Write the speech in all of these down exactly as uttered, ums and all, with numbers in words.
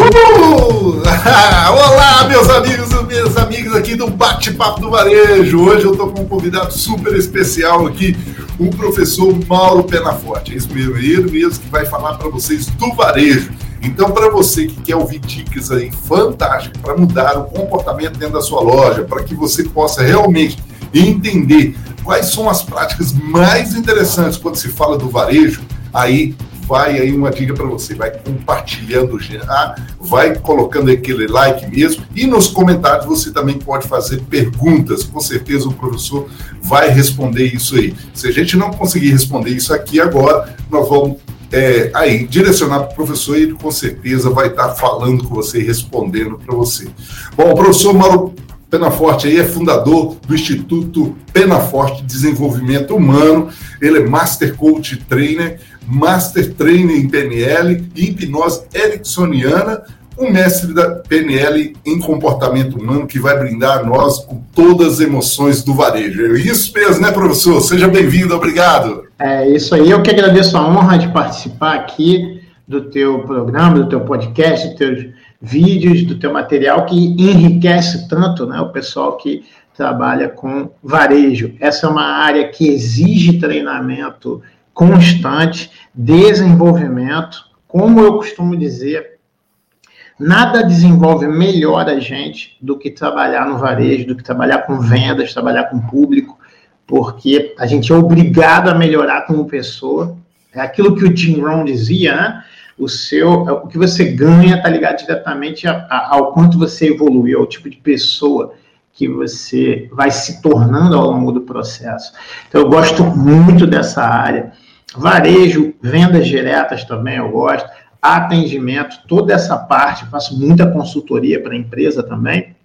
Uhul! Olá, meus amigos e minhas amigas aqui do Bate-Papo do Varejo. Hoje eu estou com um convidado super especial aqui, o professor Mauro Penaforte. É isso mesmo, ele mesmo que vai falar para vocês do varejo. Então, para você que quer ouvir dicas aí fantásticas para mudar o comportamento dentro da sua loja, para que você possa realmente entender quais são as práticas mais interessantes quando se fala do varejo, aí vai aí uma dica para você, vai compartilhando já, vai colocando aquele like mesmo, e nos comentários você também pode fazer perguntas, com certeza o professor vai responder isso aí. Se a gente não conseguir responder isso aqui agora, nós vamos é, aí direcionar para o professor e ele com certeza vai estar falando com você e respondendo para você. Bom, o professor Mauro Penaforte aí é fundador do Instituto Penaforte de Desenvolvimento Humano, ele é Master Coach Trainer, Master Trainer em P N L e hipnose ericksoniana, um mestre da P N L em comportamento humano que vai brindar a nós com todas as emoções do varejo. É isso mesmo, né, professor? Seja bem-vindo, obrigado. É isso aí, eu que agradeço a honra de participar aqui do teu programa, do teu podcast, dos teus vídeos, do teu material que enriquece tanto, né, o pessoal que trabalha com varejo. Essa é uma área que exige treinamento constante, desenvolvimento. Como eu costumo dizer, nada desenvolve melhor a gente do que trabalhar no varejo, do que trabalhar com vendas, trabalhar com público, porque a gente é obrigado a melhorar como pessoa. É aquilo que o Jim Rohn dizia, né? O, seu, o que você ganha está ligado diretamente a, a, ao quanto você evoluiu, ao tipo de pessoa que você vai se tornando ao longo do processo. Então, eu gosto muito dessa área. Varejo, vendas diretas também eu gosto, atendimento, toda essa parte, faço muita consultoria para a empresa também,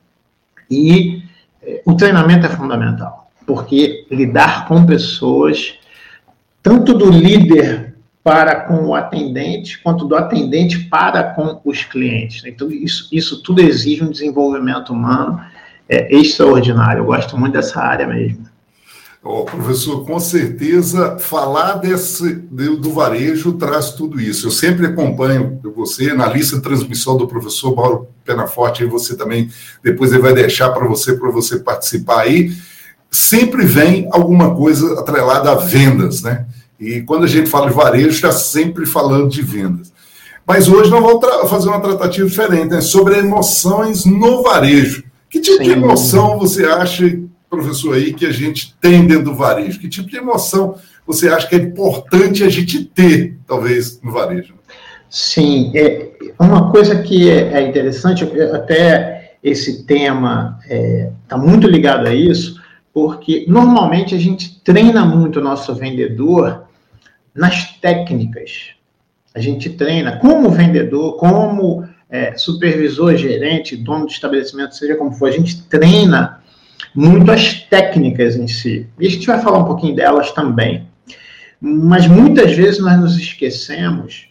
e eh, o treinamento é fundamental, porque lidar com pessoas, tanto do líder para com o atendente, quanto do atendente para com os clientes. Então, isso, isso tudo exige um desenvolvimento humano é, extraordinário. Eu gosto muito dessa área mesmo. Oh, professor, com certeza falar desse, do varejo traz tudo isso. Eu sempre acompanho você na lista de transmissão do professor Mauro Penaforte, e você também, depois ele vai deixar para você, para você participar aí. Sempre vem alguma coisa atrelada a vendas, né? E quando a gente fala de varejo, está sempre falando de vendas. Mas hoje nós vamos tra- fazer uma tratativa diferente, né? Sobre emoções no varejo. Que tipo Sim. de emoção você acha, professor, aí, que a gente tem dentro do varejo? Que tipo de emoção você acha que é importante a gente ter, talvez, no varejo? Sim, é uma coisa que é interessante, até esse tema está é, muito ligado a isso, porque normalmente a gente treina muito o nosso vendedor nas técnicas. A gente treina como vendedor, como é, supervisor, gerente, dono do estabelecimento, seja como for, a gente treina muito as técnicas em si. E a gente vai falar um pouquinho delas também. Mas muitas vezes nós nos esquecemos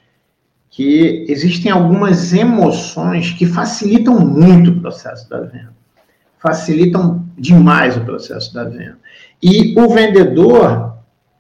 que existem algumas emoções que facilitam muito o processo da venda. Facilitam demais o processo da venda. E o vendedor,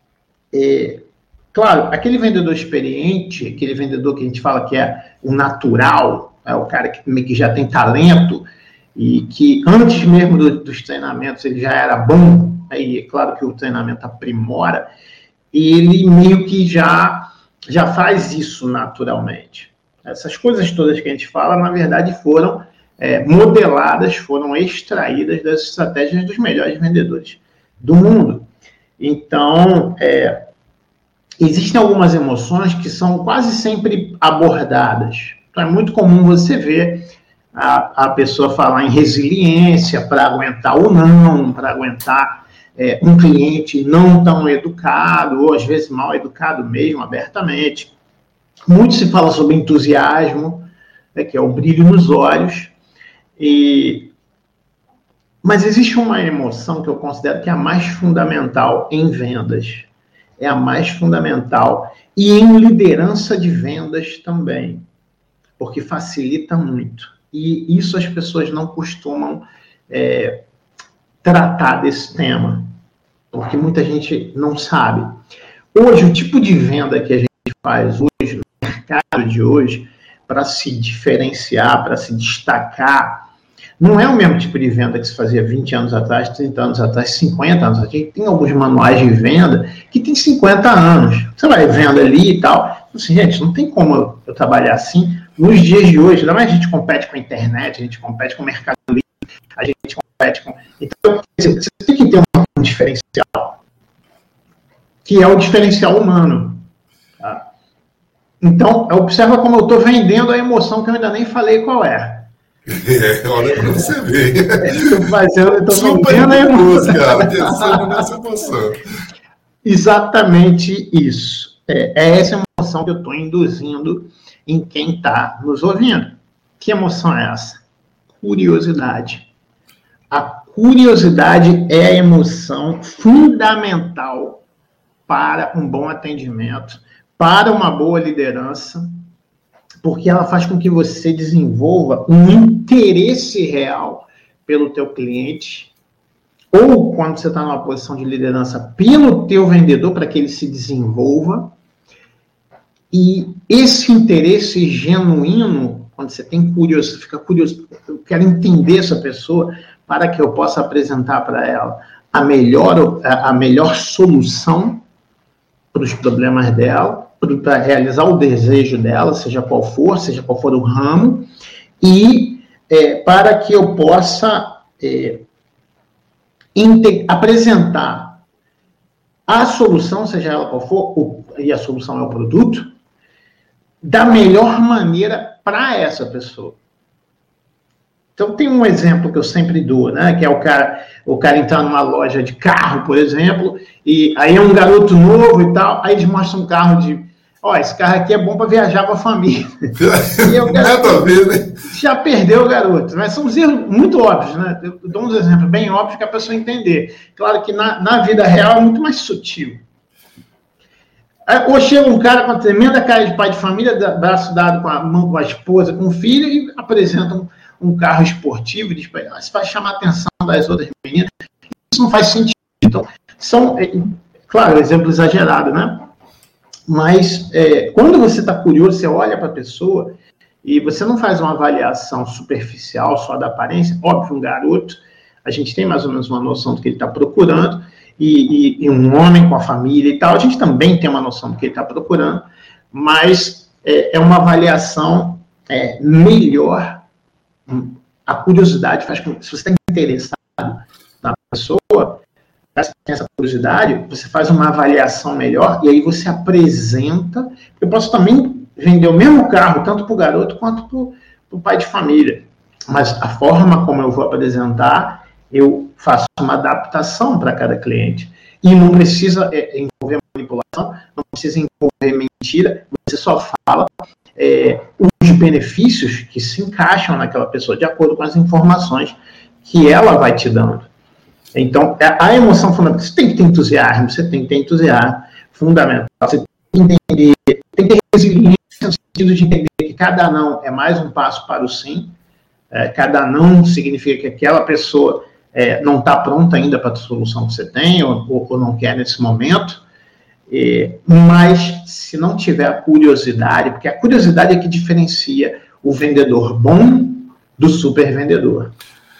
é, claro, aquele vendedor experiente, aquele vendedor que a gente fala que é o natural, é o cara que, que já tem talento, e que antes mesmo do, dos treinamentos ele já era bom, aí é claro que o treinamento aprimora, ele meio que já, já faz isso naturalmente. Essas coisas todas que a gente fala, na verdade, foram é, modeladas, foram extraídas das estratégias dos melhores vendedores do mundo. Então, é, existem algumas emoções que são quase sempre abordadas. Então, é muito comum você ver A, a pessoa falar em resiliência para aguentar ou não, para aguentar é, um cliente não tão educado, ou às vezes mal educado mesmo, abertamente. Muito se fala sobre entusiasmo, né, que é o brilho nos olhos. E... Mas existe uma emoção que eu considero que é a mais fundamental em vendas. É a mais fundamental. E em liderança de vendas também, porque facilita muito. E isso as pessoas não costumam é, tratar desse tema, porque muita gente não sabe. Hoje, o tipo de venda que a gente faz hoje, no mercado de hoje, para se diferenciar, para se destacar, não é o mesmo tipo de venda que se fazia vinte anos atrás, trinta anos atrás, cinquenta anos. A gente tem alguns manuais de venda que tem cinquenta anos. Você vai vendo ali e tal. Assim, gente, não tem como eu, eu trabalhar assim nos dias de hoje. Ainda mais a gente compete com a internet, a gente compete com o mercado livre, a gente compete com... Então, você tem que ter um diferencial, que é o diferencial humano. Tá? Então, observa como eu estou vendendo a emoção que eu ainda nem falei qual é. É, olha para você ver. Estou fazendo, eu estou vendendo a emoção. Cara, pensando nessa emoção. Exatamente isso. É, é essa emoção que eu estou induzindo em quem está nos ouvindo. Que emoção é essa? Curiosidade. A curiosidade é a emoção fundamental para um bom atendimento, para uma boa liderança, porque ela faz com que você desenvolva um interesse real pelo teu cliente, ou quando você está numa posição de liderança, pelo teu vendedor, para que ele se desenvolva. E esse interesse genuíno, quando você tem curioso, fica curioso, eu quero entender essa pessoa para que eu possa apresentar para ela a melhor, a melhor solução para os problemas dela, para realizar o desejo dela, seja qual for, seja qual for o ramo, e é, para que eu possa é, apresentar a solução, seja ela qual for, o, e a solução é o produto, da melhor maneira para essa pessoa. Então, tem um exemplo que eu sempre dou, né? Que é o cara, o cara entrar numa loja de carro, por exemplo, e aí é um garoto novo e tal, aí eles mostram um carro de, ó, esse carro aqui é bom para viajar com a família. E eu, garoto, ver, né? Já perdeu o garoto. Mas são uns erros muito óbvios, né? Eu dou uns exemplos bem óbvios que a pessoa entender. Claro que na, na vida real é muito mais sutil. Ou chega um cara com uma tremenda cara de pai de família, braço dado com a mão, com a esposa, com o filho, e apresenta um, um carro esportivo, e diz, ah, isso vai chamar a atenção das outras meninas. Isso não faz sentido. Então, são, é, claro, exemplo exagerado, né? Mas é, quando você está curioso, você olha para a pessoa e você não faz uma avaliação superficial só da aparência. Óbvio, um garoto, a gente tem mais ou menos uma noção do que ele está procurando, e, e, e um homem com a família e tal, a gente também tem uma noção do que ele está procurando, mas é, é uma avaliação é, melhor. A curiosidade faz com que, se você está interessado na pessoa, se tem essa curiosidade, você faz uma avaliação melhor, e aí você apresenta. Eu posso também vender o mesmo carro, tanto para o garoto quanto para o pai de família, mas a forma como eu vou apresentar, eu faço uma adaptação para cada cliente. E não precisa é, envolver manipulação, não precisa envolver mentira, você só fala é, os benefícios que se encaixam naquela pessoa, de acordo com as informações que ela vai te dando. Então, a emoção fundamental, você tem que ter entusiasmo, você tem que ter entusiasmo fundamental, você tem que entender, tem que ter resiliência no sentido de entender que cada não é mais um passo para o sim, é, cada não significa que aquela pessoa é, não está pronta ainda para a solução que você tem, ou, ou, ou não quer nesse momento, é, mas se não tiver a curiosidade, porque a curiosidade é que diferencia o vendedor bom do super vendedor.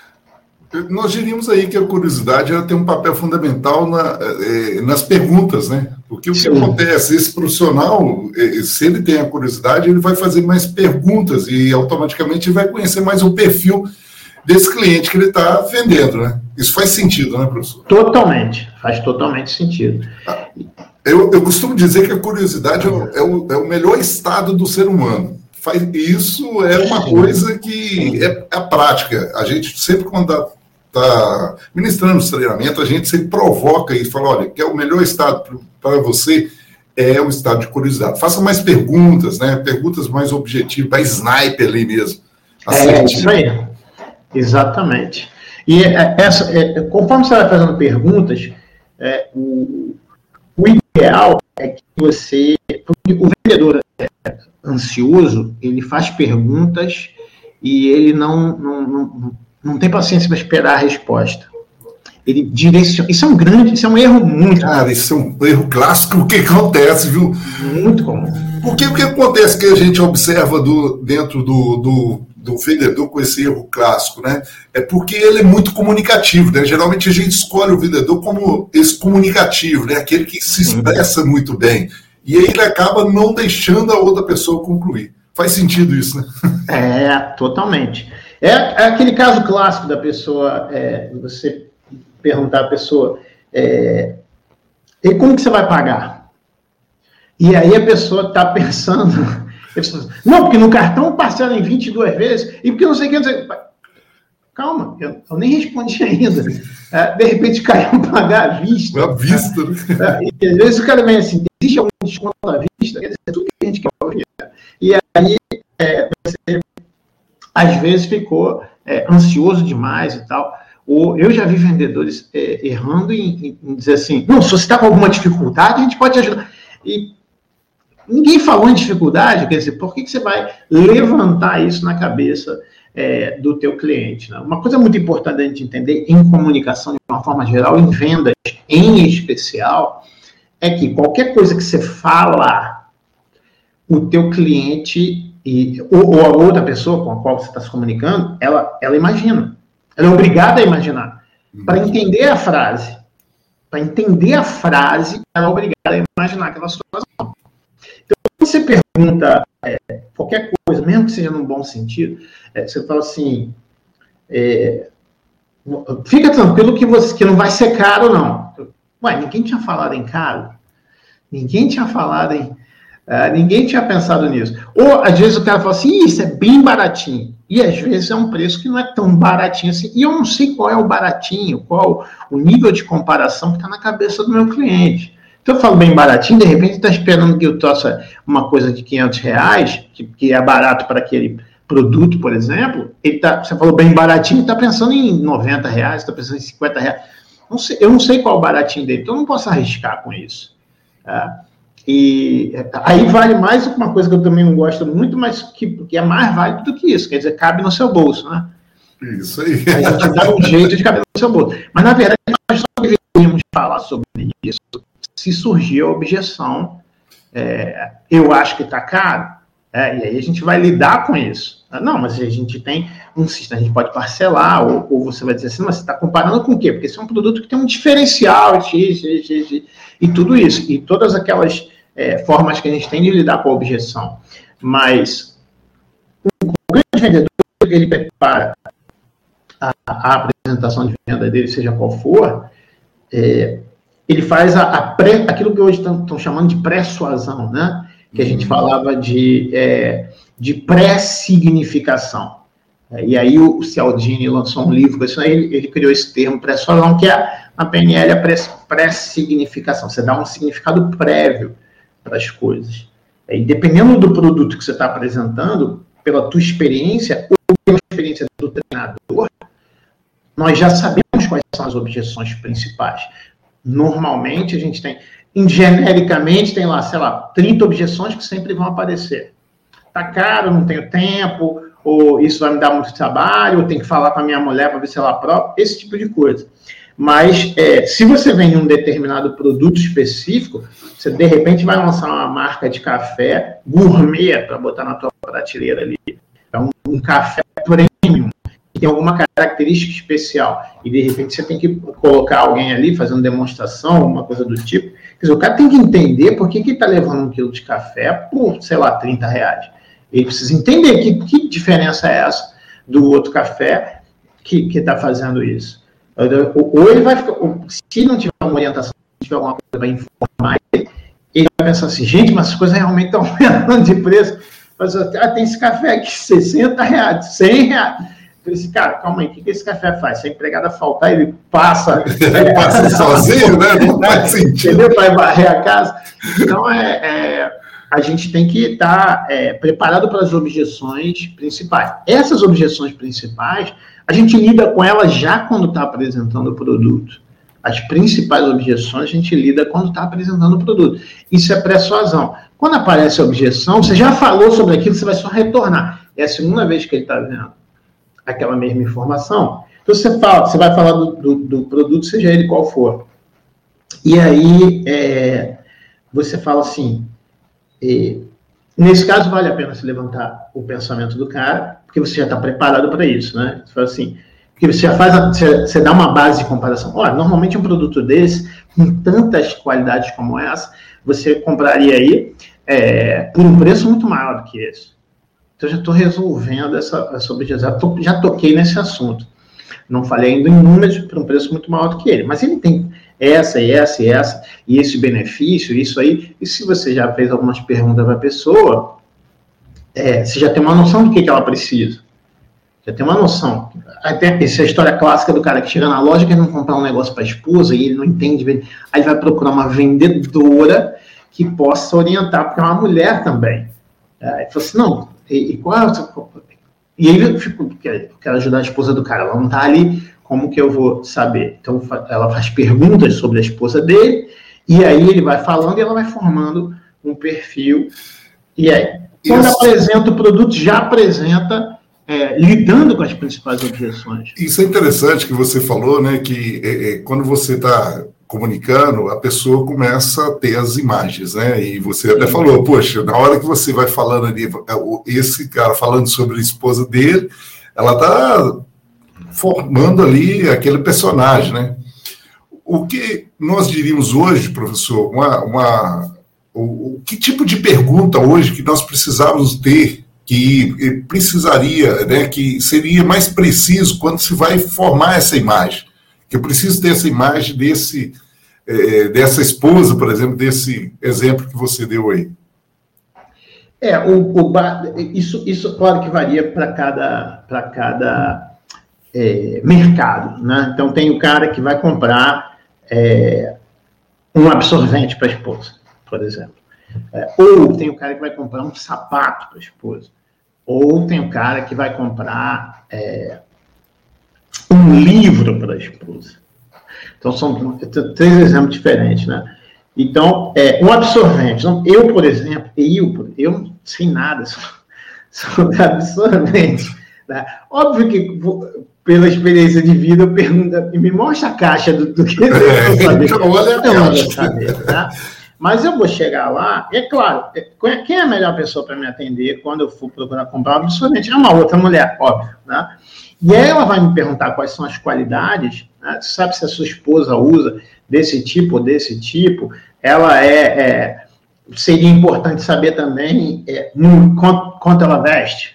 Nós diríamos aí que a curiosidade ela tem um papel fundamental na, eh, nas perguntas, né? Porque o que Sim. acontece, esse profissional, eh, se ele tem a curiosidade, ele vai fazer mais perguntas e automaticamente ele vai conhecer mais o perfil desse cliente que ele está vendendo, né? Isso faz sentido, né, professor? Totalmente, faz totalmente sentido. Eu, eu costumo dizer que a curiosidade é o, é, o, é o melhor estado do ser humano. Faz, isso é uma coisa que é a prática. A gente sempre, quando está ministrando os treinamentos, a gente sempre provoca e fala, olha, que é o melhor estado para você é o estado de curiosidade. Faça mais perguntas, né? Perguntas mais objetivas, mais sniper ali mesmo. É isso aí. Exatamente. E essa, é, conforme você vai fazendo perguntas, é, o, o ideal é que você... O vendedor ansioso, ele faz perguntas e ele não, não, não, não tem paciência para esperar a resposta. Ele direciona. Isso é um grande, isso é um erro muito Cara, comum. Isso é um erro clássico que acontece, viu? Muito comum. Porque o que acontece que a gente observa do, dentro do, do, do vendedor com esse erro clássico, né? É porque ele é muito comunicativo, né? Geralmente a gente escolhe o vendedor como esse comunicativo, né? Aquele que se expressa muito bem. E aí ele acaba não deixando a outra pessoa concluir. Faz sentido isso, né? É, totalmente. É, é aquele caso clássico da pessoa, é, você perguntar à pessoa, é, e como que você vai pagar? E aí a pessoa está pensando, não, porque no cartão parcela em vinte e duas vezes, e porque não sei o que, não sei. Calma, eu, eu nem respondi ainda. É, de repente caiu pagar à vista. À vista, né? É, e às vezes o cara vem assim, existe algum desconto à vista? Quer dizer, tudo que a gente quer ouvir. E aí é, você, às vezes, ficou é, ansioso demais e tal. Ou eu já vi vendedores é, errando em, em dizer assim, não, se você está com alguma dificuldade, a gente pode te ajudar. E ninguém falou em dificuldade, quer dizer, por que, que você vai levantar isso na cabeça é, do teu cliente? Né? Uma coisa muito importante a gente entender em comunicação, de uma forma geral, em vendas em especial, é que qualquer coisa que você fala, o teu cliente e, ou, ou a outra pessoa com a qual você está se comunicando, ela, ela imagina. Ela é obrigada a imaginar. Para entender a frase, para entender a frase, ela é obrigada a imaginar aquela situação. Então, quando você pergunta é, qualquer coisa, mesmo que seja num bom sentido, é, você fala assim, é, fica tranquilo que, você, que não vai ser caro, não. Ué, ninguém tinha falado em caro. Ninguém tinha falado em... Uh, ninguém tinha pensado nisso. Ou, às vezes, o cara fala assim, isso é bem baratinho. E, às vezes, é um preço que não é tão baratinho assim. E eu não sei qual é o baratinho, qual o nível de comparação que está na cabeça do meu cliente. Então, eu falo bem baratinho, de repente, está esperando que eu trouxa uma coisa de quinhentos reais, que, que é barato para aquele produto, por exemplo. Ele tá, você falou bem baratinho, está pensando em noventa reais, está pensando em cinquenta reais. Não sei, eu não sei qual é o baratinho dele, então eu não posso arriscar com isso. Tá? E aí vale mais uma coisa que eu também não gosto muito, mas que, que é mais válido do que isso, quer dizer, cabe no seu bolso, né? Isso aí. A gente dá um jeito de caber no seu bolso. Mas, na verdade, nós só deveríamos falar sobre isso se surgir a objeção, é, eu acho que está caro, é, e aí a gente vai lidar com isso. Não, mas a gente tem um sistema, a gente pode parcelar, ou, ou você vai dizer assim, mas você está comparando com o quê? Porque esse é um produto que tem um diferencial, x, x, x, x, e tudo isso, e todas aquelas é, formas que a gente tem de lidar com a objeção. Mas o, o grande vendedor, ele prepara a, a apresentação de venda dele, seja qual for, é, ele faz a, a pré, aquilo que hoje estão chamando de pré-suasão, né? Que a gente falava de, é, de pré-significação. É, e aí o, o Cialdini lançou um livro, isso aí, ele, ele criou esse termo pré-suasão, que é a P N L, a pré-significação. Você dá um significado prévio para as coisas. É, e dependendo do produto que você está apresentando, pela tua experiência, ou pela experiência do treinador, nós já sabemos quais são as objeções principais. Normalmente, a gente tem, genericamente, tem lá, sei lá, trinta objeções que sempre vão aparecer. Tá caro, não tenho tempo, ou isso vai me dar muito trabalho, ou tenho que falar com a minha mulher para ver se ela aprova, esse tipo de coisa. Mas, é, se você vende um determinado produto específico, você, de repente, vai lançar uma marca de café gourmet para botar na tua prateleira ali. É um, um café premium, que tem alguma característica especial, e de repente você tem que colocar alguém ali fazendo demonstração, alguma coisa do tipo. Quer dizer, o cara tem que entender por que que ele está levando um quilo de café por, sei lá, trinta reais. Ele precisa entender que, que diferença é essa do outro café que está fazendo isso. Ou ele vai ficar, ou, se não tiver uma orientação, se tiver alguma coisa para informar ele, ele vai pensar assim, gente, mas as coisas realmente estão aumentando de preço. Mas, ah, tem esse café aqui, sessenta reais, cem reais. Eu disse, cara, calma aí, o que, que esse café faz? Se a empregada faltar, ele passa... Ele passa sozinho, né? Não faz sentido. Entendeu? Vai varrer a casa. Então, é, é, a gente tem que estar é, preparado para as objeções principais. Essas objeções principais, a gente lida com elas já quando está apresentando o produto. As principais objeções, a gente lida quando está apresentando o produto. Isso é pré-suasão. Quando aparece a objeção, você já falou sobre aquilo, você vai só retornar. É a segunda vez que ele está vendo aquela mesma informação. Então, você, fala, você vai falar do, do, do produto, seja ele qual for. E aí, é, você fala assim, é, nesse caso, vale a pena se levantar o pensamento do cara, porque você já está preparado para isso, né? Você fala assim, porque você já faz, a, você, você dá uma base de comparação. Olha, normalmente um produto desse, com tantas qualidades como essa, você compraria aí é, por um preço muito maior do que esse. Então, eu já estou resolvendo essa, essa objeção, já toquei nesse assunto. Não falei ainda em números por um preço muito maior do que ele, mas ele tem essa e essa e essa, e esse benefício, isso aí, e se você já fez algumas perguntas para a pessoa, é, você já tem uma noção do que, que ela precisa. Já tem uma noção. Até essa é a história clássica do cara que chega na loja e quer não comprar um negócio para a esposa e ele não entende, aí ele vai procurar uma vendedora que possa orientar, porque é uma mulher também. Aí ele fala assim, não, e, e qual é o... E aí eu fico, quero ajudar a esposa do cara, ela não está ali, como que eu vou saber? Então, ela faz perguntas sobre a esposa dele, e aí ele vai falando e ela vai formando um perfil. E aí, quando Isso. apresenta o produto, já apresenta é, lidando com as principais objeções. Isso é interessante que você falou, né? Que é, é, quando você está comunicando, a pessoa começa a ter as imagens, né? E você até Sim. falou, poxa, na hora que você vai falando ali, esse cara falando sobre a esposa dele, ela está formando ali aquele personagem, né? O que nós diríamos hoje, professor, uma, uma, o, o que tipo de pergunta hoje que nós precisávamos ter, que precisaria, né, que seria mais preciso quando se vai formar essa imagem? Que eu preciso ter essa imagem desse, é, dessa esposa, por exemplo, desse exemplo que você deu aí. É, o, o, isso, isso claro que varia para cada, para cada é, mercado, né? Então, tem o cara que vai comprar é, um absorvente para a esposa, por exemplo. É, ou tem o cara que vai comprar um sapato para a esposa. Ou tem o cara que vai comprar... É, um livro para a esposa. Então, são três exemplos diferentes, né? Então, é, um absorvente. Então, eu, por exemplo, eu, eu não sei nada sobre absorvente. Né? Óbvio que, pela experiência de vida, eu pergunto, me mostra a caixa do, do que eu vou saber. Então, olha a caixa. Saber, tá? Mas eu vou chegar lá, é claro, quem é a melhor pessoa para me atender quando eu for procurar comprar um absorvente? É uma outra mulher, óbvio, né? E aí ela vai me perguntar quais são as qualidades, né? Você sabe se a sua esposa usa desse tipo ou desse tipo, ela é, é seria importante saber também é, no, quanto, quanto ela veste,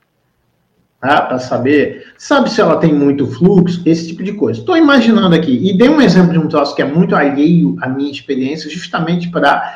tá? Para saber, sabe se ela tem muito fluxo, esse tipo de coisa. Estou imaginando aqui, e dei um exemplo de um troço que é muito alheio à minha experiência, justamente para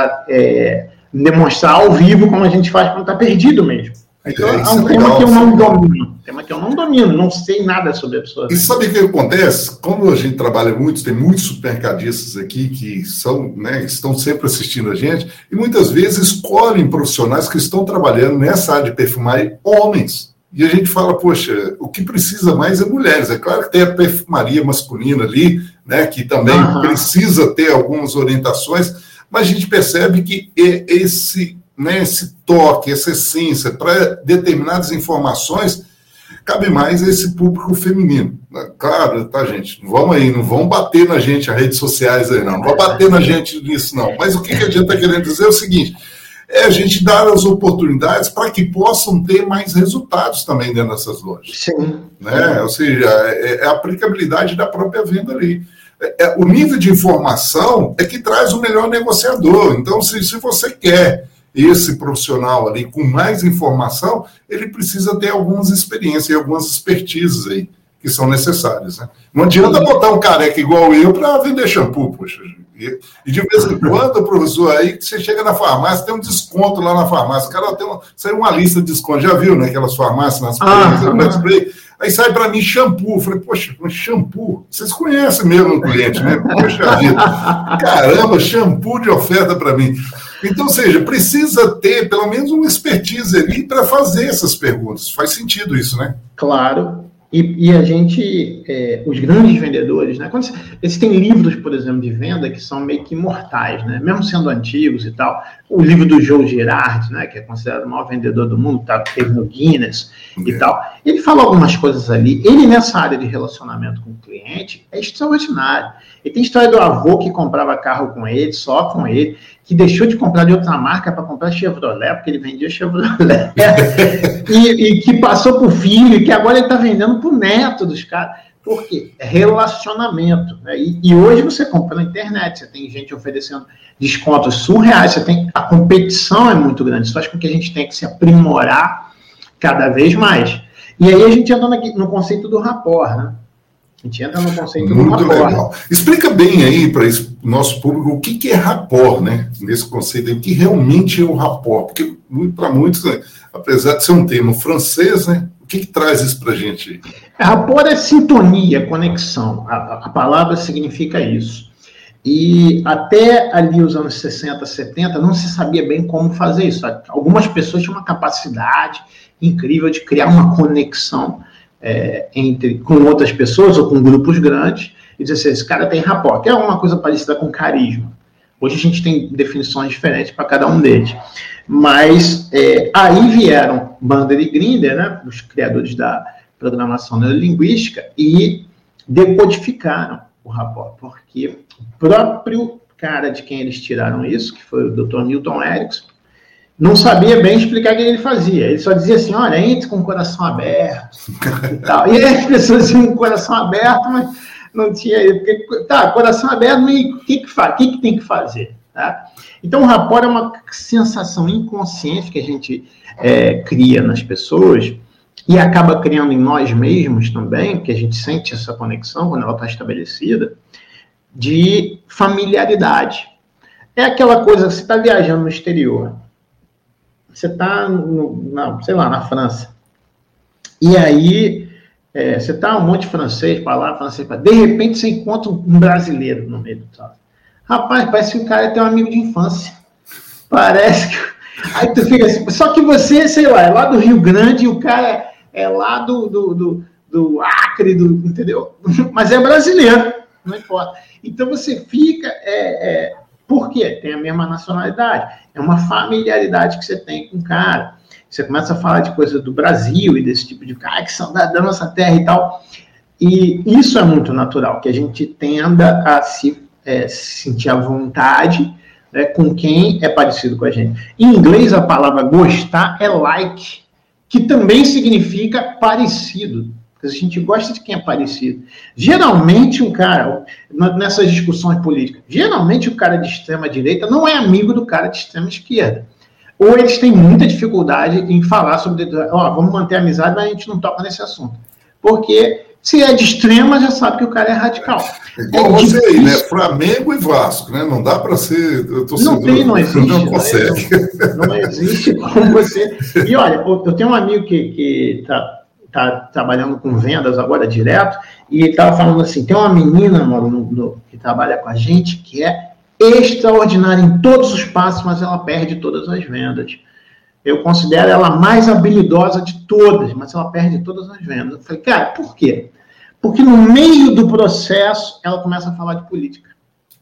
é, demonstrar ao vivo como a gente faz quando está perdido mesmo. Então, é, é um tema legal, que eu não domino. Tema que eu não domino, não sei nada sobre a pessoa. E sabe o que acontece? Como a gente trabalha muito, tem muitos supermercadistas aqui que são, né, estão sempre assistindo a gente, e muitas vezes escolhem profissionais que estão trabalhando nessa área de perfumaria, homens. E a gente fala, poxa, o que precisa mais é mulheres. É claro que tem a perfumaria masculina ali, né, que também uhum. precisa ter algumas orientações, mas a gente percebe que esse... Né, esse toque, essa essência para determinadas informações, cabe mais a esse público feminino. Claro, tá, gente? Não vamos aí, não vão bater na gente, as redes sociais aí, não. Não vão bater na gente nisso, não. Mas o que a gente está querendo dizer é o seguinte, é a gente dar as oportunidades para que possam ter mais resultados também dentro dessas lojas. Sim. Né? Ou seja, é a aplicabilidade da própria venda ali. É, o nível de informação é que traz o melhor negociador. Então, se, se você quer esse profissional ali com mais informação, ele precisa ter algumas experiências e algumas expertises aí que são necessárias, né? Não adianta botar um careca igual eu para vender shampoo, poxa. E, e de vez em quando, professor, aí você chega na farmácia, tem um desconto lá na farmácia, o cara tem uma, sai uma lista de desconto, já viu, né? Aquelas farmácias nas ah, spray, aí sai para mim shampoo, eu falei, poxa, shampoo, vocês conhecem mesmo o cliente, né? Poxa vida, caramba, shampoo de oferta para mim. Então, ou seja, precisa ter pelo menos uma expertise ali para fazer essas perguntas. Faz sentido isso, né? Claro. E, e a gente, é, os grandes vendedores, né? Quando eles têm livros, por exemplo, de venda que são meio que imortais, né? Mesmo sendo antigos e tal. O livro do Joe Girardi, né? Que é considerado o maior vendedor do mundo, tá? Teve no Guinness é. e tal. Ele fala algumas coisas ali. Ele, nessa área de relacionamento com o cliente, é extraordinário. Ele tem história do avô que comprava carro com ele, só com ele, que deixou de comprar de outra marca para comprar Chevrolet, porque ele vendia Chevrolet, e, e que passou para o filho, e que agora ele está vendendo para o neto dos caras. Por quê? É relacionamento. Né? E, e hoje você compra na internet, você tem gente oferecendo descontos surreais, você tem, a competição é muito grande, isso faz com que a gente tenha que se aprimorar cada vez mais. E aí a gente entra no conceito do rapport, né? A gente entra no conceito muito do rapport. Legal. Explica bem aí para o nosso público o que, que é rapport, né? Nesse conceito aí, o que realmente é o rapport. Porque para muitos, né, apesar de ser um termo francês, né? O que, que traz isso para a gente? Rapport é sintonia, conexão. A, a palavra significa isso. E até ali os anos sessenta, setenta, não se sabia bem como fazer isso. Algumas pessoas tinham uma capacidade incrível de criar uma conexão é, entre, com outras pessoas ou com grupos grandes e dizer assim, esse cara tem rapport, que é uma coisa parecida com carisma. Hoje a gente tem definições diferentes para cada um deles. Mas é, aí vieram Bandler e Grinder, né, os criadores da programação neurolinguística, e decodificaram o rapport, porque o próprio cara de quem eles tiraram isso, que foi o doutor Milton Erickson, não sabia bem explicar o que ele fazia. Ele só dizia assim, olha, entre com o coração aberto e tal. E aí as pessoas tinham o coração aberto, mas não tinha... Porque, tá, coração aberto, mas o que, que, faz? O que, que tem que fazer? Tá? Então, o rapport é uma sensação inconsciente que a gente é, cria nas pessoas e acaba criando em nós mesmos também, que a gente sente essa conexão quando ela está estabelecida, de familiaridade. É aquela coisa, você está viajando no exterior, você está, sei lá, na França, e aí é, você está um monte de francês para lá, francês para lá, de repente você encontra um brasileiro no meio do tal. Rapaz, parece que o cara tem um amigo de infância. Parece que... Aí tu fica assim, só que você, sei lá, é lá do Rio Grande e o cara é lá do, do, do, do Acre, do, entendeu? Mas é brasileiro, não importa. Então você fica... É, é, por quê? Tem a mesma nacionalidade. É uma familiaridade que você tem com o cara. Você começa a falar de coisa do Brasil e desse tipo de... Ah, que saudade da nossa terra e tal. E isso é muito natural, que a gente tenda a se... É, sentir a vontade, né, com quem é parecido com a gente. Em inglês, a palavra gostar é like, que também significa parecido. Porque a gente gosta de quem é parecido. Geralmente, um cara, nessas discussões políticas, geralmente o cara de extrema-direita não é amigo do cara de extrema-esquerda. Ou eles têm muita dificuldade em falar sobre... Ó, vamos manter a amizade, mas a gente não toca nesse assunto. Porque... Se é de extrema, já sabe que o cara é radical. É igual é você aí, né? Flamengo e Vasco, né? Não dá para ser torcedor. Não tem, não existe. Não consegue. Não, não existe como você... E olha, eu tenho um amigo que está tá trabalhando com vendas agora direto, e ele estava falando assim, tem uma menina no, no, que trabalha com a gente que é extraordinária em todos os passos, mas ela perde todas as vendas. Eu considero ela a mais habilidosa de todas, mas ela perde todas as vendas. Eu falei, cara, por quê? Porque no meio do processo, ela começa a falar de política.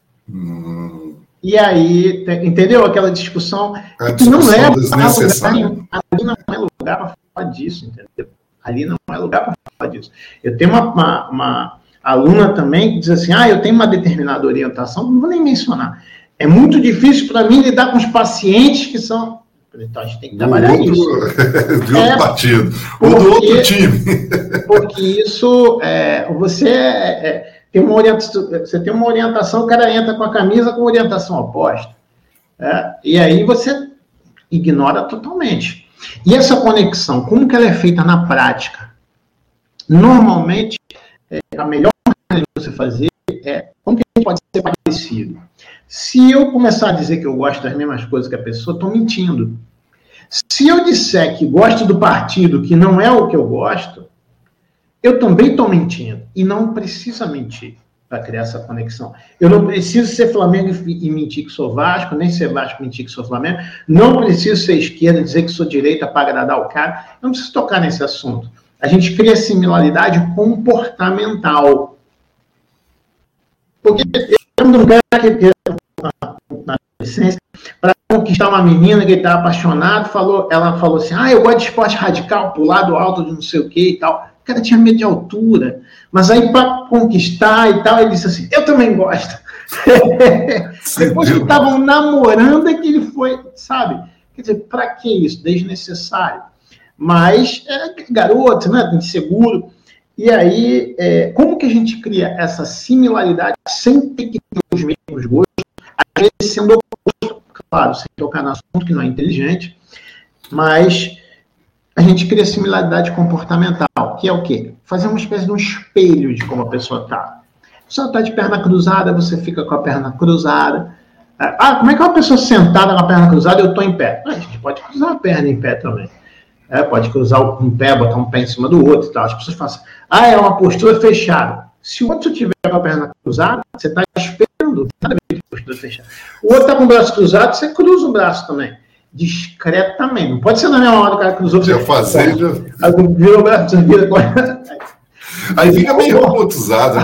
Hum. E aí, entendeu? Aquela discussão a que não leva a lugar nenhum. Ali não é lugar para falar disso, entendeu? Ali não é lugar para falar disso. Eu tenho uma, uma, uma aluna também que diz assim, ah, eu tenho uma determinada orientação, não vou nem mencionar. É muito difícil para mim lidar com os pacientes que são... Então a gente tem que trabalhar outro, isso. De outro é, partido, ou do outro time. Porque isso, é, você é, é, tem uma orientação, você tem uma orientação, o cara entra com a camisa com orientação oposta. É, e aí você ignora totalmente. E essa conexão, como que ela é feita na prática? Normalmente, é, a melhor maneira de você fazer é como que a gente pode ser parecido. Se eu começar a dizer que eu gosto das mesmas coisas que a pessoa, estou mentindo. Se eu disser que gosto do partido que não é o que eu gosto, eu também estou mentindo. E não precisa mentir para criar essa conexão. Eu não preciso ser Flamengo e mentir que sou Vasco, nem ser Vasco e mentir que sou Flamengo. Não preciso ser esquerda e dizer que sou direita para agradar o cara. Eu não preciso tocar nesse assunto. A gente cria similaridade comportamental. Porque eu lembro de um cara que, na adolescência, para conquistar uma menina que ele estava apaixonado, falou, ela falou assim, ah, eu gosto de esporte radical, pular do alto de não sei o que e tal. O cara tinha medo de altura. Mas aí, para conquistar e tal, ele disse assim, eu também gosto. Depois que estavam namorando é que ele foi, sabe? Quer dizer, para que isso? Desnecessário. Mas, é, garoto, né? Inseguro. E aí, é, como que a gente cria essa similaridade sem ter que ter os mesmos gostos? Às vezes sendo oposto, claro, sem tocar no assunto que não é inteligente, mas a gente cria similaridade comportamental, que é o quê? Fazer uma espécie de um espelho de como a pessoa está. Se ela está de perna cruzada, você fica com a perna cruzada. Ah, como é que uma pessoa sentada com a perna cruzada e eu estou em pé? A gente pode cruzar a perna em pé também. É, pode cruzar um pé, botar um pé em cima do outro e tal. As pessoas falam assim, ah, é uma postura fechada. Se o outro tiver com a perna cruzada, você está esperando, nada a ver com postura fechada. O outro está com o braço cruzado, você cruza o braço também. Discretamente. Não pode ser na mesma hora que o cara cruzou. Já fazer, já... Aí vira o braço, vira... Aí fica meio robotizado.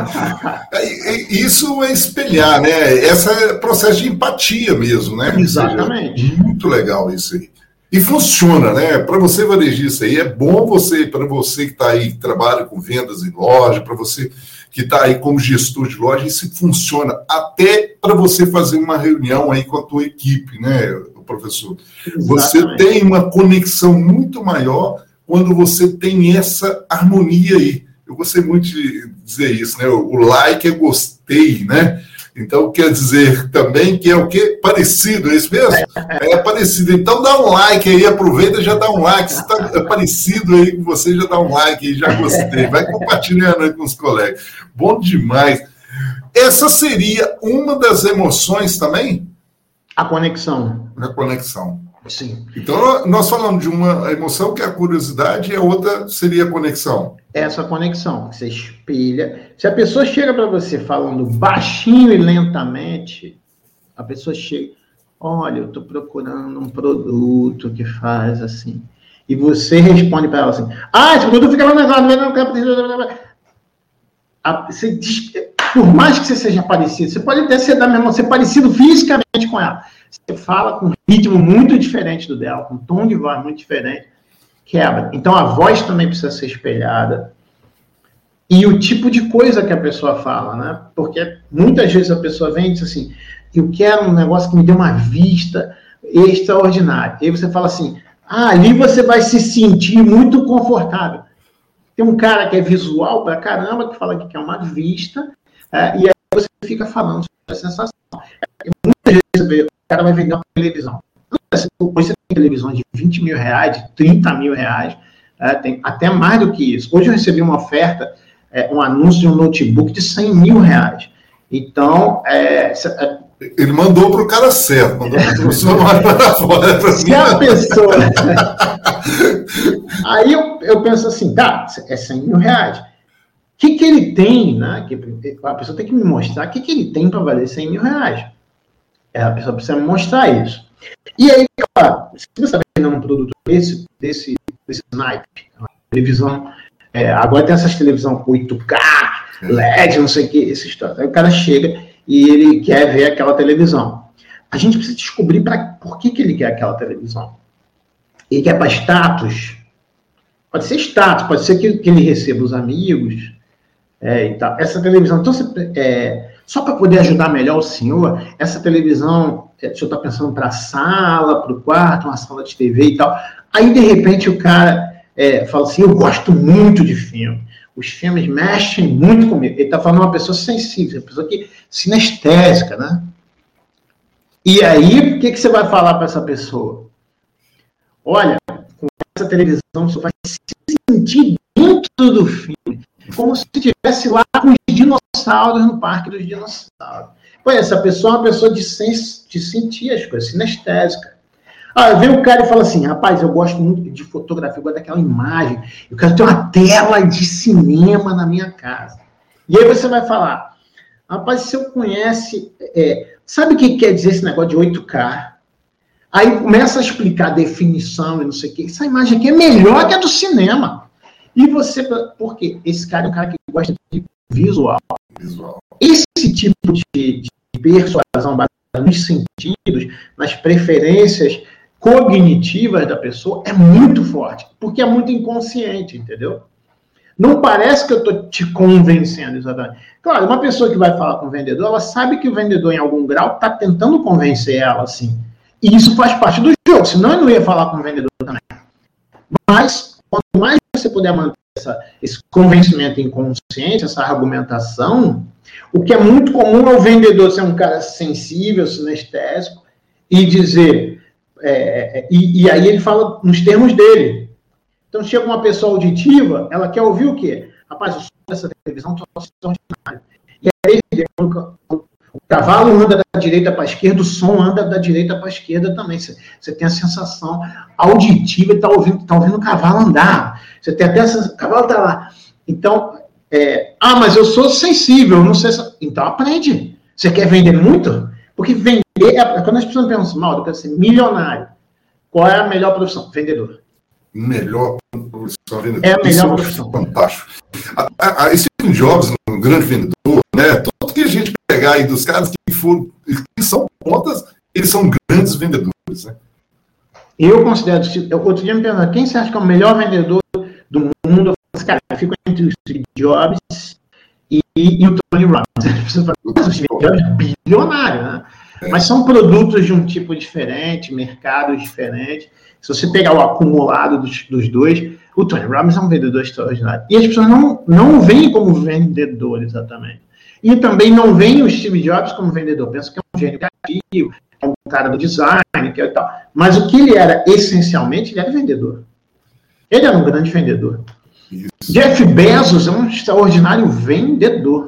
Isso é espelhar, né? Esse é processo de empatia mesmo, né? Exatamente. Seja, muito legal isso aí. E funciona, né? Para você, varejista, aí é bom você, para você que está aí, que trabalha com vendas em loja, para você que está aí como gestor de loja, isso funciona até para você fazer uma reunião aí com a tua equipe, né, professor? Exatamente. Você tem uma conexão muito maior quando você tem essa harmonia aí. Eu gostei muito de dizer isso, né? O like é gostei, né? Então, quer dizer também que é o quê? Parecido, é isso mesmo? É parecido. Então, dá um like aí, aproveita e já dá um like. Se está parecido aí com você, já dá um like aí, já gostei. Vai compartilhando aí com os colegas. Bom demais. Essa seria uma das emoções também? A conexão. A conexão. Sim. Então, nós falamos de uma emoção que é a curiosidade e a outra seria a conexão. Essa conexão, você espelha. Se a pessoa chega para você falando baixinho e lentamente, a pessoa chega, olha, eu estou procurando um produto que faz assim. E você responde para ela assim, ah, esse produto fica lá na negócio. Você diz, por mais que você seja parecido, você pode até ser da mesma, ser parecido fisicamente com ela. Você fala com um ritmo muito diferente do dela, com um tom de voz muito diferente, quebra. Então, a voz também precisa ser espelhada. E o tipo de coisa que a pessoa fala, né? Porque muitas vezes a pessoa vem e diz assim, eu quero um negócio que me dê uma vista extraordinária. E aí você fala assim, ah, ali você vai se sentir muito confortável. Tem um cara que é visual pra caramba, que fala que quer uma vista, é, e aí você fica falando sobre a sensação. Muitas vezes você vê, o cara vai vender uma televisão. Hoje você tem televisão de vinte mil reais, de trinta mil reais, é, tem até mais do que isso. Hoje eu recebi uma oferta, é, um anúncio de um notebook de cem mil reais. Então, é, ele mandou para o cara certo, mandou para o professor para fora. Se a pessoa... Aí eu, eu penso assim, tá, é cem mil reais. O que, que ele tem, né? Que a pessoa tem que me mostrar o que, que ele tem para valer cem mil reais. A pessoa precisa me mostrar isso. E aí, claro, se você está vendendo um produto desse, desse, desse naipe, uma televisão, é, agora tem essas televisões oito K, L E D, não sei o que, essa história. Aí o cara chega e ele quer ver aquela televisão. A gente precisa descobrir pra, por que, que ele quer aquela televisão. Ele quer para status. Pode ser status, pode ser que, que ele receba os amigos, é, e tal. Essa televisão, então, você, é, só para poder ajudar melhor o senhor, essa televisão, é, o senhor está pensando para a sala, para o quarto, uma sala de T V e tal. Aí, de repente, o cara é, fala assim, eu gosto muito de filme. Os filmes mexem muito comigo. Ele está falando uma pessoa sensível, uma pessoa que, sinestésica, né? E aí, o que, que você vai falar para essa pessoa? Olha, com essa televisão, você vai se sentir dentro do filme, como se estivesse lá com os dinossauros no Parque dos Dinossauros. Pois essa pessoa é uma pessoa de, sens, de sentir as coisas, sinestésica. Ah, vem o cara e fala assim, rapaz, eu gosto muito de fotografia, eu gosto daquela imagem, eu quero ter uma tela de cinema na minha casa. E aí você vai falar, rapaz, se eu conhece, é, sabe o que quer dizer esse negócio de oito K? Aí começa a explicar a definição e não sei o quê. Essa imagem aqui é melhor que a do cinema. E você... Por quê? Esse cara é um cara que gosta de visual. visual. Esse tipo de, de persuasão baseada nos sentidos, nas preferências cognitivas da pessoa, é muito forte. Porque é muito inconsciente, entendeu? Não parece que eu estou te convencendo exatamente. Claro, uma pessoa que vai falar com o vendedor, ela sabe que o vendedor, em algum grau, está tentando convencer ela, assim. E isso faz parte do jogo, senão eu não ia falar com o vendedor também. Mas, quanto mais você puder manter essa, esse convencimento inconsciente, essa argumentação, o que é muito comum é o vendedor ser um cara sensível, sinestésico, e dizer... É, e, e aí ele fala nos termos dele. Então, chega uma pessoa auditiva, ela quer ouvir o quê? Rapaz, o som dessa televisão é extraordinário. E aí, o cavalo anda da direita para a esquerda, o som anda da direita para a esquerda também. Você, você tem a sensação auditiva e está ouvindo, tá ouvindo o cavalo andar. Você tem até a sensação, o cavalo está lá. Então, é, ah, mas eu sou sensível, não sei se... Então, aprende. Você quer vender muito? Porque vender, é, quando as pessoas pensam, mal, eu quero ser milionário. Qual é a melhor profissão? Vendedor. Melhor profissão, vendedor. É a melhor profissão. Fantástico. A, a, a Steve Jobs, um grande vendedor, né? Tudo que a gente pegar aí dos caras que foram, que são pontas, eles são grandes vendedores, né? Eu considero, outro dia me perguntaram, quem você acha que é o melhor vendedor do mundo? Eu falei, cara, eu fico entre o Steve Jobs e, e o Tony Robbins. Você fala, mas o Steve Jobs é bilionário, né? É. Mas são produtos de um tipo diferente, mercados diferentes. Se você pegar o acumulado dos, dos dois, o Tony Robbins é um vendedor extraordinário. E as pessoas não, não o veem como vendedor, exatamente. E também não veem o Steve Jobs como vendedor. Pensam que é um gênio criativo, é um cara do design, que é tal. Mas o que ele era, essencialmente, ele era vendedor. Ele era um grande vendedor. Isso. Jeff Bezos é um extraordinário vendedor.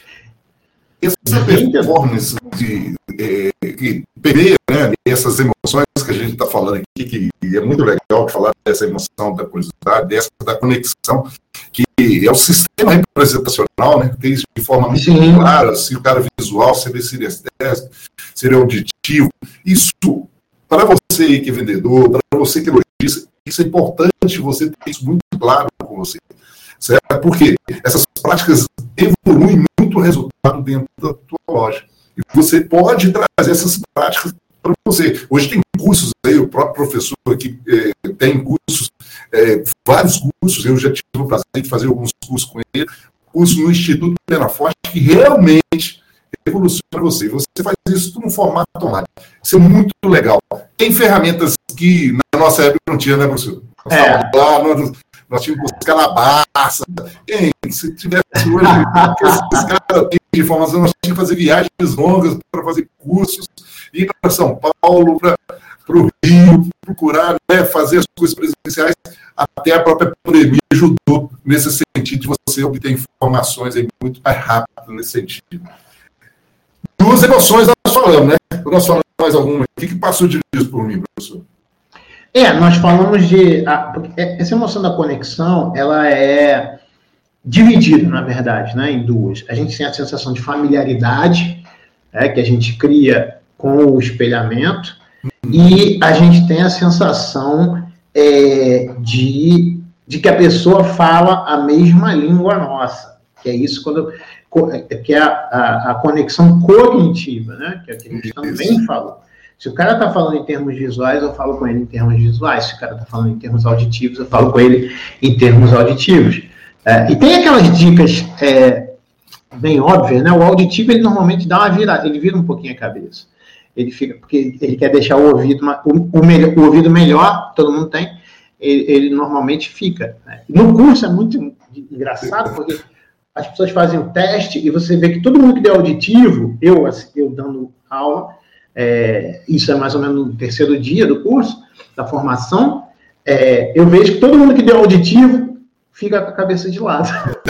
Essa performance que, é, que permeia, né, essas emoções que a gente está falando aqui, que é muito legal falar dessa emoção da curiosidade, dessa da conexão, que é o sistema representacional, né, que tem isso de forma muito Sim. clara, se o cara visual, se ele é sinestésico, se ele é auditivo. Isso, para você que é vendedor, para você que é lojista, isso é importante você ter isso muito claro com você. Certo? Porque essas práticas evoluem muito o resultado dentro da tua loja. E você pode trazer essas práticas para você. Hoje tem cursos aí, o próprio professor aqui é, tem cursos, é, vários cursos, eu já tive o prazer de fazer alguns cursos com ele, curso no Instituto Penaforte, que realmente evoluciona você. Você faz isso tudo no formato online. Isso é muito legal. Tem ferramentas que na nossa época não tinha, né, professor? Nós é. lá, nós, nós tínhamos calabaça. Quem, se tivesse hoje, esses caras têm de informação, nós tínhamos que fazer viagens longas para fazer cursos, ir para São Paulo, para o Rio, procurar, né, fazer as coisas presenciais. Até a própria pandemia ajudou nesse sentido de você obter informações aí muito mais rápido nesse sentido. Duas emoções nós falamos, né? Nós falamos mais alguma. O que, que passou de isso por mim, professor? É, nós falamos de... A, essa emoção da conexão, ela é dividida, na verdade, né, em duas. A gente tem a sensação de familiaridade, né, que a gente cria com o espelhamento, uhum. e a gente tem a sensação é, de, de que a pessoa fala a mesma língua nossa, que é isso quando... que é a, a, a conexão cognitiva, né, que é o que a gente também falou. Se o cara está falando em termos visuais, eu falo com ele em termos visuais. Se o cara está falando em termos auditivos, eu falo com ele em termos auditivos. É, e tem aquelas dicas é, bem óbvias, né? O auditivo, ele normalmente dá uma virada, ele vira um pouquinho a cabeça. Ele fica, porque ele quer deixar o ouvido, o, o, melhor, o ouvido melhor, todo mundo tem, ele, ele normalmente fica. Né? No curso é muito engraçado, porque as pessoas fazem o teste e você vê que todo mundo que deu auditivo, eu, assim, eu dando aula, É, isso é mais ou menos no terceiro dia do curso, da formação, é, eu vejo que todo mundo que deu auditivo fica com a cabeça de lado.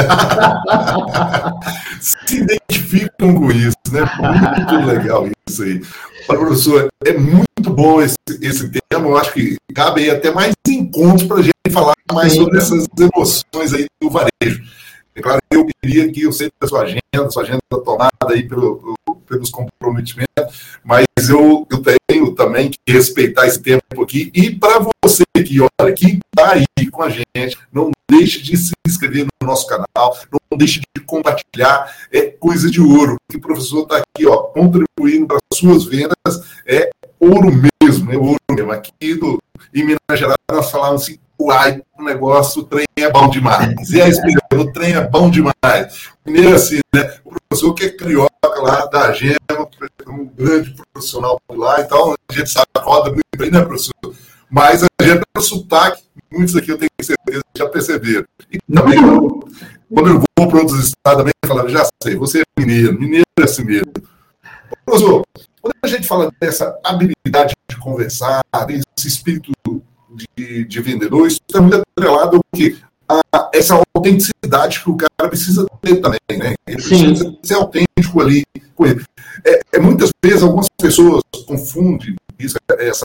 Se identificam com isso, né? Muito legal isso aí. Olha, professor, é muito bom esse, esse tema, eu acho que cabe aí até mais encontros para a gente falar mais Sim. sobre essas emoções aí do varejo. É claro, eu queria que eu sei da sua agenda, sua agenda tomada aí pelo, pelos comprometimentos, mas eu, eu tenho também que respeitar esse tempo aqui. E para você que olha, que está aí com a gente, não deixe de se inscrever no nosso canal, não deixe de compartilhar, é coisa de ouro. Que o professor está aqui, ó, contribuindo para as suas vendas, é ouro mesmo, né? Ouro mesmo. Aqui do, em Minas Gerais nós falávamos assim, uai, o negócio, o trem é bom demais. E aí, o trem é bom demais. Primeiro assim, né? O professor que é carioca lá da Gema, um grande profissional por lá, então a gente sabe, roda muito bem, né, professor? Mas a gente tem um sotaque, muitos aqui eu tenho certeza que já perceberam. E também, quando eu vou para outros estados, também falaram, já sei, você é mineiro, mineiro é assim mesmo. Professor, quando a gente fala dessa habilidade de conversar, desse espírito de, de vendedor, isso está muito atrelado ao que a, essa autenticidade que o cara precisa ter também, né? Ele precisa Sim. ser autêntico ali com ele. É, é, muitas vezes algumas pessoas confundem isso, essa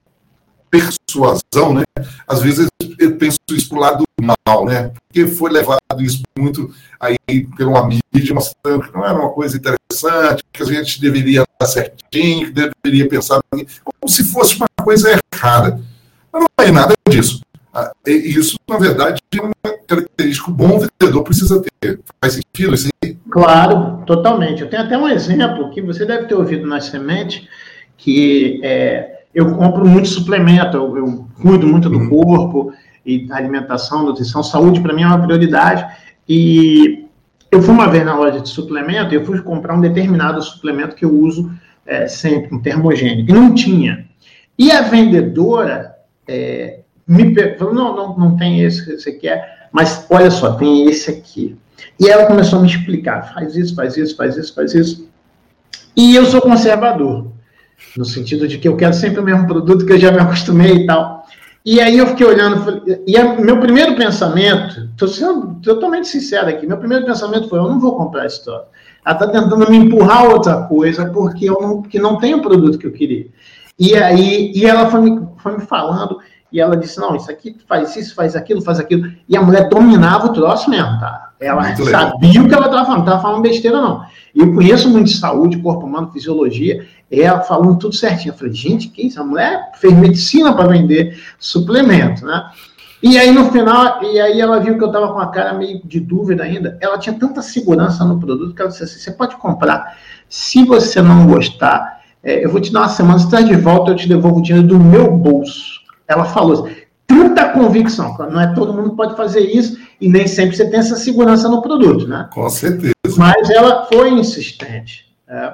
persuasão, né? Às vezes eu penso isso pro lado mal, né? Porque foi levado isso muito aí pelo uma mídia mostrando que não era uma coisa interessante, que a gente deveria dar certinho, que deveria pensar como se fosse uma coisa errada. Mas não é nada disso. Isso, na verdade, é uma característica que o bom vendedor precisa ter. Faz sentido isso aí? Claro, totalmente. Eu tenho até um exemplo que você deve ter ouvido na Semente, que é, eu compro muito suplemento, eu, eu cuido muito do hum. corpo, e alimentação, nutrição, saúde, para mim é uma prioridade. E eu fui uma vez na loja de suplemento e eu fui comprar um determinado suplemento que eu uso é, sempre, um termogênico, e não tinha. E a vendedora é, me falou, não, não, não tem esse que você quer, mas olha só, tem esse aqui. E ela começou a me explicar, faz isso, faz isso, faz isso, faz isso. E eu sou conservador, no sentido de que eu quero sempre o mesmo produto que eu já me acostumei e tal. E aí eu fiquei olhando, falei, e a, meu primeiro pensamento, estou sendo totalmente sincero aqui, meu primeiro pensamento foi, eu não vou comprar esse troço. Ela está tentando me empurrar outra coisa, porque eu não, porque não tem o produto que eu queria. E aí, e ela foi me, foi me falando, e ela disse, não, isso aqui faz isso, faz aquilo, faz aquilo. E a mulher dominava o troço mesmo, tá? Ela muito sabia legal. O que ela estava falando, não estava falando besteira, não. Eu conheço muito de saúde, corpo humano, fisiologia, ela falando tudo certinho. Eu falei, gente, que isso? A mulher fez medicina para vender suplemento, né? E aí, no final, e aí ela viu que eu estava com a cara meio de dúvida ainda. Ela tinha tanta segurança no produto que ela disse assim, você pode comprar. Se você não gostar, é, eu vou te dar uma semana, se traz de volta, eu te devolvo o dinheiro do meu bolso. Ela falou assim, tanta convicção, não é todo mundo pode fazer isso e nem sempre você tem essa segurança no produto, né? Com certeza. Mas ela foi insistente. É,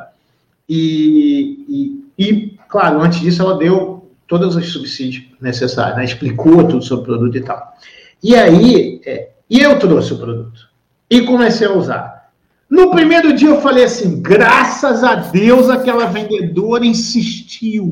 e, e, e, claro, antes disso ela deu todos os subsídios necessários, né? Explicou tudo sobre o produto e tal. E aí, é, e eu trouxe o produto e comecei a usar. No primeiro dia eu falei assim, graças a Deus aquela vendedora insistiu.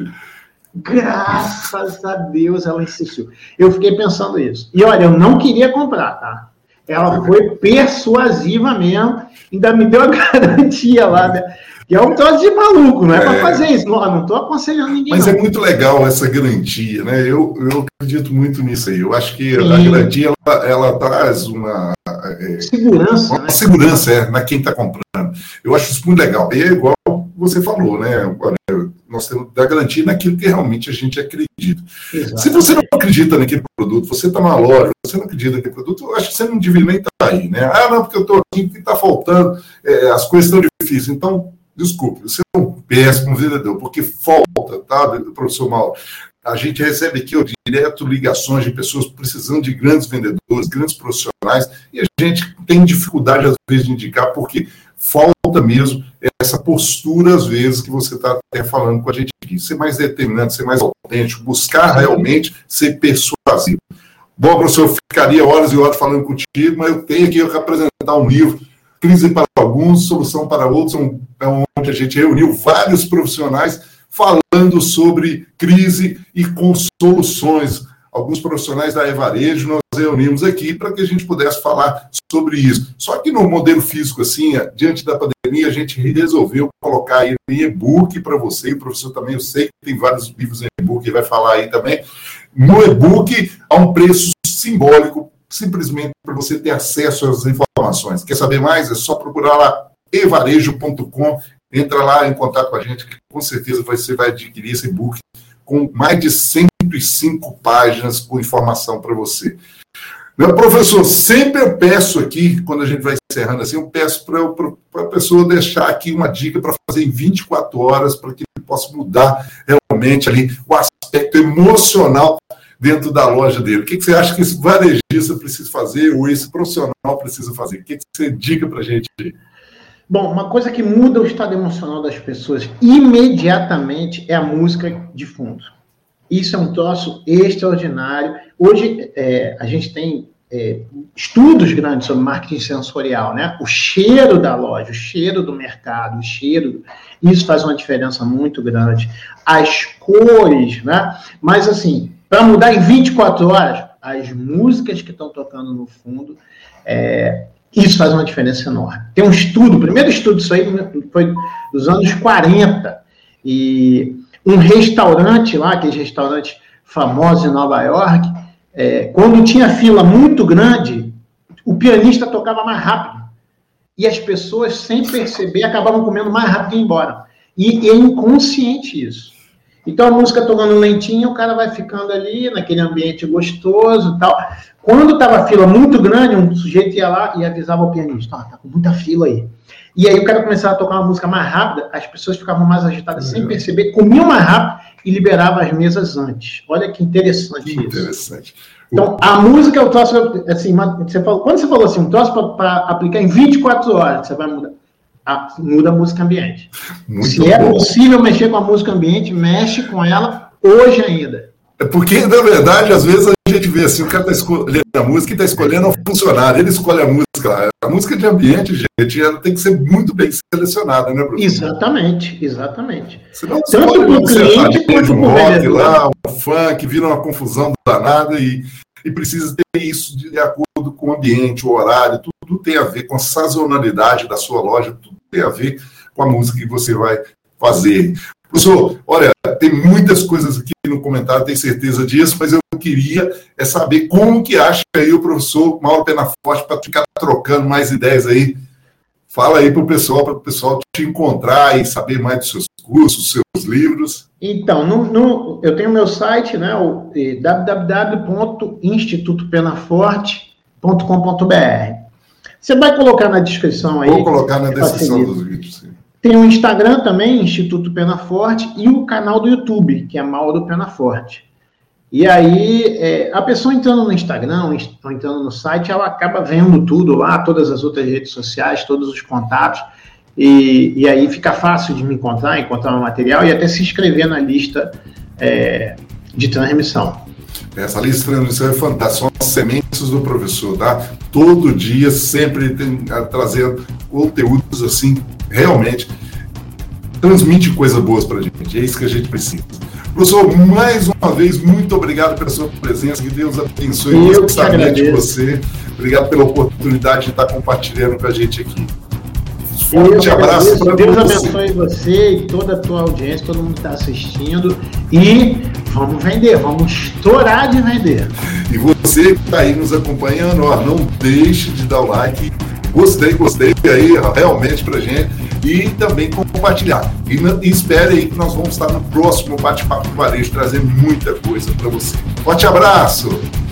Graças a Deus ela insistiu. Eu fiquei pensando isso. E olha, eu não queria comprar, tá? Ela foi persuasiva mesmo, ainda me deu a garantia lá, né? Que é um troço de maluco, não é, é. para fazer isso. Não, não estou aconselhando ninguém. Mas não. É muito legal essa garantia, né? Eu, eu acredito muito nisso aí. Eu acho que Sim. a garantia ela, ela traz uma é, segurança, uma né? segurança é, na quem está comprando. Eu acho isso muito legal. E é igual você falou, né? Nós temos da garantia naquilo que realmente a gente acredita. Exato. Se você não acredita naquele produto, você está na loja, você não acredita naquele produto, eu acho que você não deveria nem estar aí, né? Ah, não, porque eu estou aqui, porque está faltando, é, as coisas estão difíceis. Então, desculpe, você é um péssimo vendedor, porque falta, tá, professor Mauro? A gente recebe aqui, ó, direto ligações de pessoas precisando de grandes vendedores, grandes profissionais, e a gente tem dificuldade, às vezes, de indicar, porque falta mesmo essa postura, às vezes, que você está até falando com a gente aqui. Ser mais determinante, ser mais autêntico, buscar realmente ser persuasivo. Bom, professor, eu ficaria horas e horas falando contigo, mas eu tenho aqui que apresentar um livro, Crise para Alguns, Solução para Outros, é onde a gente reuniu vários profissionais falando sobre crise e com soluções. Alguns profissionais da Evarejo nós reunimos aqui para que a gente pudesse falar sobre isso. Só que no modelo físico, assim, diante da pandemia, a gente resolveu colocar ele em e-book para você, e o professor também, eu sei que tem vários livros em e-book, vai falar aí também. No e-book, a um preço simbólico, simplesmente para você ter acesso às informações. Quer saber mais? É só procurar lá, evarejo ponto com, entra lá em contato com a gente, que com certeza você vai adquirir esse e-book com mais de cento e cinco páginas com informação para você. Meu professor, sempre eu peço aqui, quando a gente vai encerrando assim, eu peço para a pessoa deixar aqui uma dica para fazer em vinte e quatro horas, para que ele possa mudar realmente ali o aspecto emocional dentro da loja dele. O que, que você acha que esse varejista precisa fazer ou esse profissional precisa fazer? O que, que você dica para a gente aí? Bom, uma coisa que muda o estado emocional das pessoas imediatamente é a música de fundo. Isso é um troço extraordinário. Hoje, é, a gente tem é, estudos grandes sobre marketing sensorial, né? O cheiro da loja, o cheiro do mercado, o cheiro, isso faz uma diferença muito grande. As cores, né? Mas, assim, para mudar em vinte e quatro horas, as músicas que estão tocando no fundo, é, isso faz uma diferença enorme. Tem um estudo, o primeiro estudo disso aí foi dos anos quarenta, e um restaurante lá, aqueles restaurantes famosos em Nova York, é, quando tinha fila muito grande, o pianista tocava mais rápido. E as pessoas, sem perceber, acabavam comendo mais rápido e iam embora. E é inconsciente isso. Então, a música tocando lentinha, o cara vai ficando ali, naquele ambiente gostoso e tal. Quando estava a fila muito grande, um sujeito ia lá e avisava o pianista, ah, tá com muita fila aí. E aí o cara começava a tocar uma música mais rápida, as pessoas ficavam mais agitadas sem perceber, comiam mais rápido e liberavam as mesas antes. Olha que interessante isso. Interessante. Então, a música é o troço, assim, você falou, quando você falou assim, um troço para aplicar em vinte e quatro horas, você vai mudar. Ah, muda a música ambiente. Muito Se bom. É possível mexer com a música ambiente, mexe com ela hoje ainda. É porque, na verdade, às vezes a gente vê assim, o cara está escolhendo a música e está escolhendo o funcionário. Ele escolhe a música. A música de ambiente, gente, ela tem que ser muito bem selecionada, né, professor? Exatamente, exatamente. Senão você tanto para o cliente quanto para o vendedor. Lá, um funk, vira uma confusão danada e, e precisa ter isso de acordo com o ambiente, o horário, tudo, tudo tem a ver com a sazonalidade da sua loja, tudo tem a ver com a música que você vai fazer. Professor, olha, tem muitas coisas aqui no comentário, tenho certeza disso, mas eu queria é saber como que acha aí o professor Mauro Penaforte para ficar trocando mais ideias aí. Fala aí para o pessoal, para o pessoal te encontrar e saber mais dos seus cursos, seus livros. Então, no, no, eu tenho meu site, né, o w w w ponto instituto penaforte ponto com ponto b r. Você vai colocar na descrição aí. Vou colocar na descrição dos vídeos, sim. Tem o Instagram também, Instituto Penaforte, e o canal do YouTube, que é Mauro Penaforte. E aí, é, a pessoa entrando no Instagram, ou entrando no site, ela acaba vendo tudo lá, todas as outras redes sociais, todos os contatos, e, e aí fica fácil de me encontrar, encontrar o material e até se inscrever na lista é, de transmissão. Essa lista de transmissão é fantástica, são as sementes do professor, tá? Todo dia, sempre tem, trazendo conteúdos assim, realmente, transmite coisas boas pra gente, é isso que a gente precisa. Professor, mais uma vez, muito obrigado pela sua presença, que Deus abençoe imensamente você. Obrigado pela oportunidade de estar compartilhando com a gente aqui. Forte abraço para Deus abençoe você e toda a tua audiência, todo mundo que está assistindo. E vamos vender, vamos estourar de vender. E você que está aí nos acompanhando, ó, não deixe de dar o like. Gostei, gostei aí, realmente pra gente. E também compartilhar. E, e espere aí que nós vamos estar no próximo Bate-Papo do Varejo, trazendo muita coisa para você. Forte abraço!